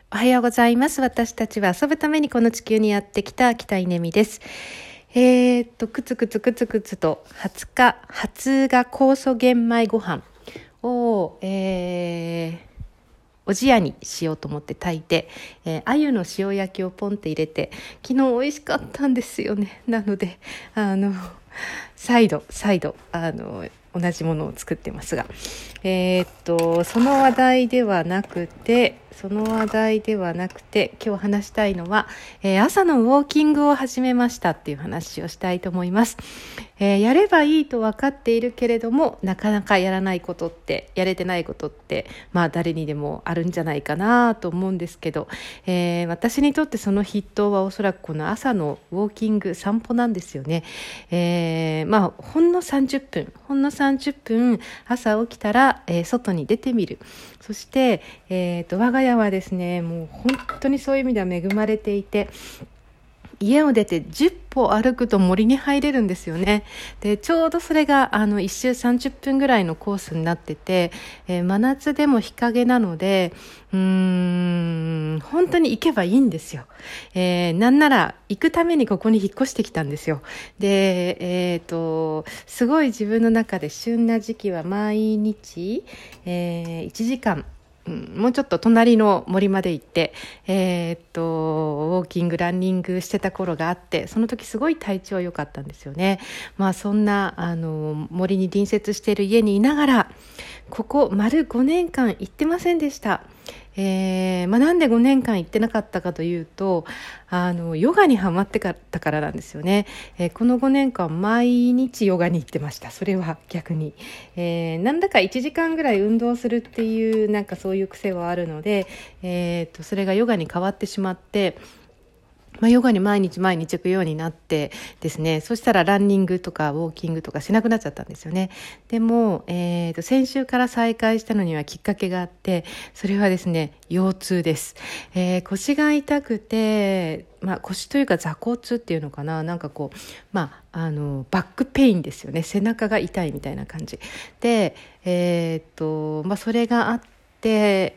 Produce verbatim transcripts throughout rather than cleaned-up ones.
おはようございます。私たちは遊ぶためにこの地球にやってきた北稲美です。えー、っとくつくつくつくつとはつか発芽酵素玄米ご飯を、えー、おじやにしようと思って炊いて、えー、鮎の塩焼きをポンって入れて、昨日美味しかったんですよね。なのであの再度再度あの同じものを作ってますが、えー、っとその話題ではなくてその話題ではなくて今日話したいのは、えー、朝のウォーキングを始めましたっていう話をしたいと思います。えー、やればいいと分かっているけれども、なかなかやらないことって、やれてないことって、まあ誰にでもあるんじゃないかなと思うんですけど、えー、私にとってその筆頭はおそらくこの朝のウォーキング、散歩なんですよね。えー、まあほんのさんじゅっぷん、ほんのさんじゅっぷん朝起きたら、えー、外に出てみる。そして、えーと、我が家はですね、もう本当にそういう意味では恵まれていて、家を出てじゅっぽ歩くと森に入れるんですよね。でちょうどそれがあのいっ周さんじゅっぷんぐらいのコースになってて、えー、真夏でも日陰なのでうーん本当に行けばいいんですよ。えー、なんなら行くためにここに引っ越してきたんですよ。で、えーと、すごい自分の中で旬な時期は毎日、えー、いちじかんうん、もうちょっと隣の森まで行って、えー、っとウォーキングランニングしてた頃があって、その時すごい体調良かったんですよね。まあそんなあの森に隣接している家にいながら、ここ丸ごねんかん行ってませんでした。えーまあ、なんでごねんかん行ってなかったかというと、あのヨガにハマってかったからなんですよね。えー、このごねんかん毎日ヨガに行ってました。それは逆に、えー、なんだかいちじかんぐらい運動するっていうなんかそういう癖はあるので、えー、とそれがヨガに変わってしまって、まあ、ヨガに毎日毎日行くようになってですね、そしたらランニングとかウォーキングとかしなくなっちゃったんですよね。でも、えー、と先週から再開したのにはきっかけがあって、それはですね、腰痛です。えー、腰が痛くて、まあ、腰というか座骨っていうのかな、なんかこう、まあ、あのバックペインですよね。背中が痛いみたいな感じで、えーとまあ、それがあって、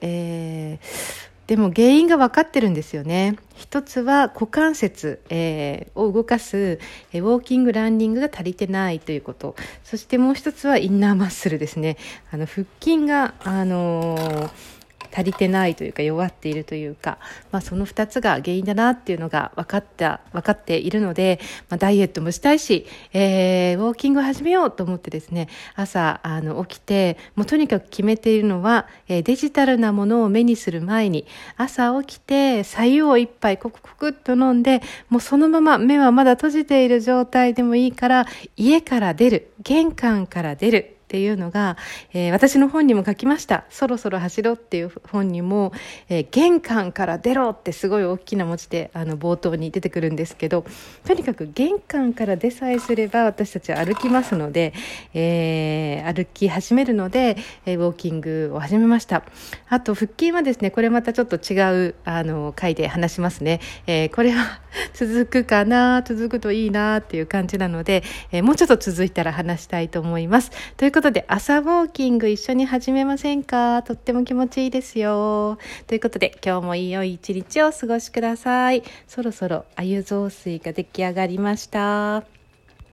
えーでも原因が分かってるんですよね。一つは股関節、えー、を動かす、えー、ウォーキングランニングが足りてないということ。そしてもう一つはインナーマッスルですね。あの腹筋が、あのー足りてないというか弱っているというか、まあ、そのふたつが原因だなっていうのが分かった分かっているので、まあ、ダイエットもしたいし、えー、ウォーキングを始めようと思ってですね、朝あの起きて、もうとにかく決めているのは、えー、デジタルなものを目にする前に朝起きて白湯を一杯コクコクっと飲んで、もうそのまま目はまだ閉じている状態でもいいから家から出る、玄関から出るっていうのが、えー、私の本にも書きました。そろそろ走ろうっていう本にも、えー、玄関から出ろってすごい大きな文字であの冒頭に出てくるんですけど、とにかく玄関から出さえすれば私たちは歩きますので、えー、歩き始めるので、えー、ウォーキングを始めました。あと腹筋はですね、これまたちょっと違うあの回で話しますね。えー、これは続くかな、続くといいなっていう感じなので、えー、もうちょっと続いたら話したいと思います。ということで、朝ウォーキング一緒に始めませんか？とっても気持ちいいですよ。ということで、今日もいい良い一日をお過ごしください。そろそろ鮎雑炊が出来上がりました。